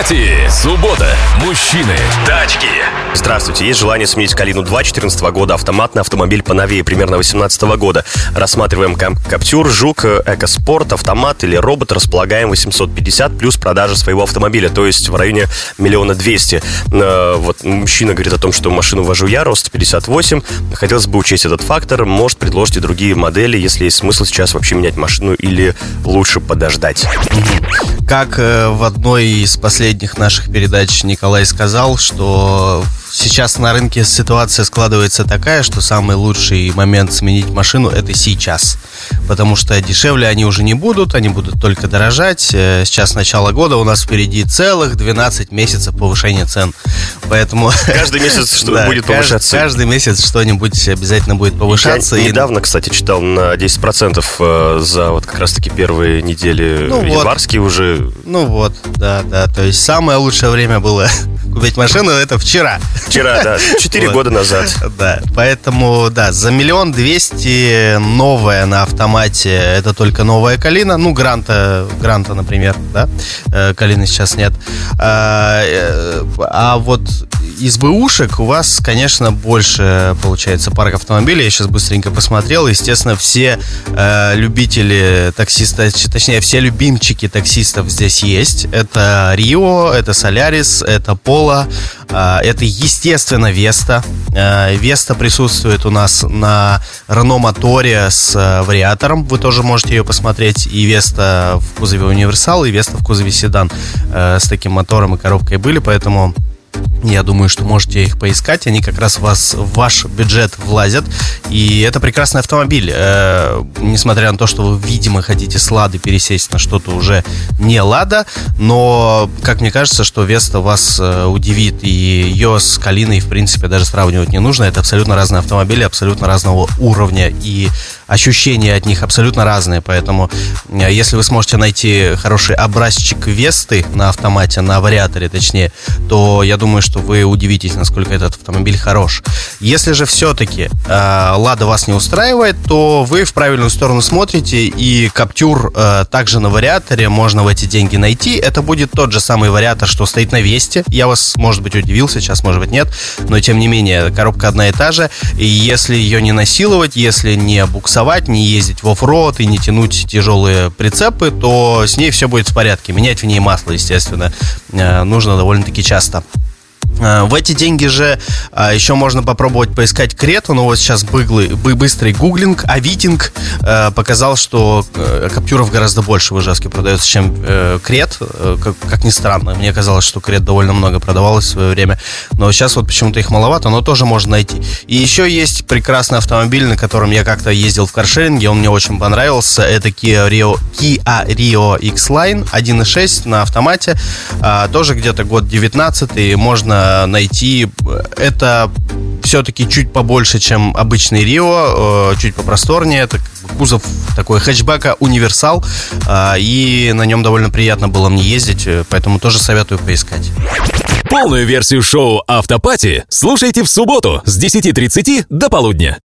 Автопати. Суббота. Мужчины. Тачки. Здравствуйте. Есть желание сменить Калину 2 2014 года, автомат на автомобиль поновее, примерно 2018 года. Рассматриваем Каптюр, Жук, Экоспорт, автомат или робот. Располагаем 850 плюс продажа своего автомобиля, то есть в районе 1 200 000. Вот мужчина говорит о том, что машину вожу я, рост 58. Хотелось бы учесть этот фактор. Может, предложите другие модели, если есть смысл сейчас вообще менять машину или лучше подождать. Как в одной из последних наших передач Николай сказал, что сейчас на рынке ситуация складывается такая, что самый лучший момент сменить машину — это сейчас. Потому что дешевле они уже не будут, они будут только дорожать. Сейчас начало года, у нас впереди целых 12 месяцев повышения цен. Поэтому... Каждый месяц будет повышаться. Каждый месяц что-нибудь обязательно будет повышаться. Я недавно, кстати, читал на 10% за вот как раз-таки первые недели январские уже. Ну вот, да. То есть самое лучшее время было купить машину — это вчера. Вчера, да, 4 года назад. Да, поэтому, да, за 1 200 000 новая на автомате, это только новая Калина. Ну, Гранта, например, да, Калины сейчас нет. А вот из бэушек у вас, конечно, больше получается парк автомобилей. Я сейчас быстренько посмотрел. Естественно, все любители таксиста, точнее, все любимчики таксистов здесь есть. Это Рио, это Солярис, это Поло, это, естественно, Веста. Веста присутствует у нас на Рено моторе с вариатором. Вы тоже можете ее посмотреть. И Веста в кузове универсал, и Веста в кузове седан с таким мотором и коробкой были, поэтому... Я думаю, что можете их поискать. Они как раз в ваш бюджет влазят. И это прекрасный автомобиль. Несмотря на то, что вы, видимо, хотите с Лады пересесть на что-то уже не Лада. Но, как мне кажется, что Веста вас удивит. И ее с Калиной, в принципе, даже сравнивать не нужно. Это абсолютно разные автомобили, абсолютно разного уровня. И ощущения от них абсолютно разные. Поэтому, если вы сможете найти хороший образчик Весты на автомате, на вариаторе точнее, то я думаю, что вы удивитесь, насколько этот автомобиль хорош. Если же все-таки Лада вас не устраивает, то вы в правильную сторону смотрите, и Каптюр также на вариаторе можно в эти деньги найти. Это будет тот же самый вариатор, что стоит на Весте. Я вас, может быть, удивил сейчас, может быть, нет, но тем не менее, коробка одна и та же. И если ее не насиловать, если не буксовать, не ездить в оффроуд и не тянуть тяжелые прицепы, то с ней все будет в порядке. Менять в ней масло, естественно, нужно довольно-таки часто. В эти деньги же еще можно попробовать поискать Крету. Но вот сейчас быстрый гуглинг, авитинг показал, что Каптюров гораздо больше в Ижевске продается, чем Крет. Как ни странно, мне казалось, что Крет довольно много продавалось в свое время. Но сейчас вот почему-то их маловато, но тоже можно найти. И еще есть прекрасный автомобиль, на котором я как-то ездил в каршеринге. Он мне очень понравился. Это Kia Rio X-Line 1.6 на автомате. Тоже где-то год 19-й. Можно найти. Это все-таки чуть побольше, чем обычный Рио, чуть попросторнее. Это кузов такой хэтчбека универсал, и на нем довольно приятно было мне ездить, поэтому тоже советую поискать. Полную версию шоу «Автопати» слушайте в субботу с 10:30 до полудня.